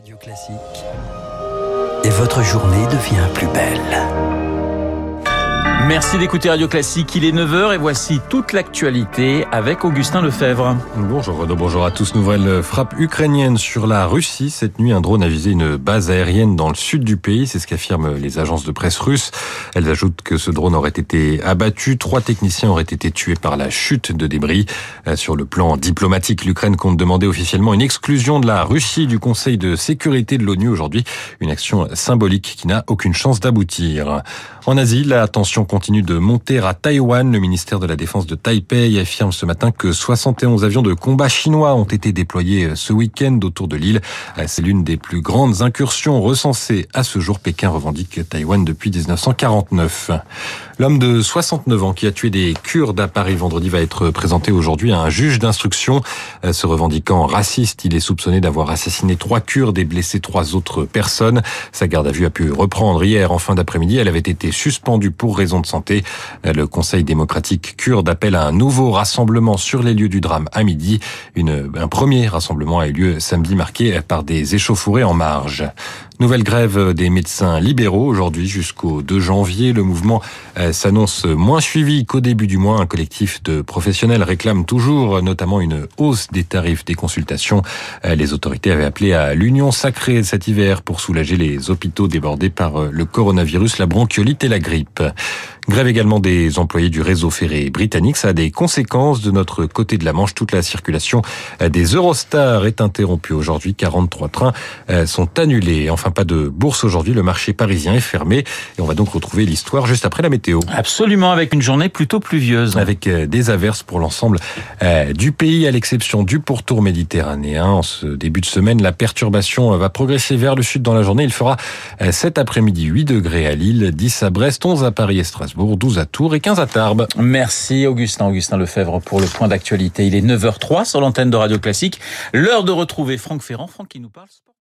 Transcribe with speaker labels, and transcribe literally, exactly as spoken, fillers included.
Speaker 1: Radio Classique. Et votre journée devient plus belle.
Speaker 2: Merci d'écouter Radio Classique, il est neuf heures et voici toute l'actualité avec Augustin Lefebvre.
Speaker 3: Bonjour Renaud, bonjour à tous. Nouvelle frappe ukrainienne sur la Russie. Cette nuit, un drone a visé une base aérienne dans le sud du pays, c'est ce qu'affirment les agences de presse russes. Elles ajoutent que ce drone aurait été abattu, trois techniciens auraient été tués par la chute de débris. Sur le plan diplomatique, l'Ukraine compte demander officiellement une exclusion de la Russie du Conseil de sécurité de l'ONU aujourd'hui, une action symbolique qui n'a aucune chance d'aboutir. En Asie, la tension continue de monter à Taïwan. Le ministère de la Défense de Taipei affirme ce matin que soixante et onze avions de combat chinois ont été déployés ce week-end autour de l'île. C'est l'une des plus grandes incursions recensées à ce jour. Pékin revendique Taïwan depuis dix-neuf cent quarante-neuf. L'homme de soixante-neuf ans qui a tué des Kurdes à Paris vendredi va être présenté aujourd'hui à un juge d'instruction. Se revendiquant raciste, il est soupçonné d'avoir assassiné trois Kurdes et blessé trois autres personnes. Sa garde à vue a pu reprendre hier en fin d'après-midi. Elle avait été suspendue pour raison de santé. Le Conseil démocratique kurde appelle à un nouveau rassemblement sur les lieux du drame à midi. Une, un premier rassemblement a eu lieu samedi, marqué par des échauffourées en marge. Nouvelle grève des médecins libéraux aujourd'hui jusqu'au deux janvier. Le mouvement s'annonce moins suivi qu'au début du mois. Un collectif de professionnels réclame toujours notamment une hausse des tarifs des consultations. Les autorités avaient appelé à l'union sacrée cet hiver pour soulager les hôpitaux débordés par le coronavirus, la bronchiolite et la grippe. Grève également des employés du réseau ferré britannique. Ça a des conséquences de notre côté de la Manche. Toute la circulation des Eurostars est interrompue aujourd'hui. quarante-trois trains sont annulés. Enfin, pas de bourse aujourd'hui. Le marché parisien est fermé. Et on va donc retrouver l'histoire juste après la météo.
Speaker 2: Absolument, avec une journée plutôt pluvieuse.
Speaker 3: Avec des averses pour l'ensemble du pays, à l'exception du pourtour méditerranéen. En ce début de semaine, la perturbation va progresser vers le sud dans la journée. Il fera cet après-midi huit degrés à Lille, dix à Brest, onze à Paris et Strasbourg, douze à Tours et quinze à Tarbes.
Speaker 2: Merci Augustin, Augustin Lefebvre pour le point d'actualité. Il est neuf heures zéro trois sur l'antenne de Radio Classique. L'heure de retrouver Franck Ferrand. Franck qui nous parle sport.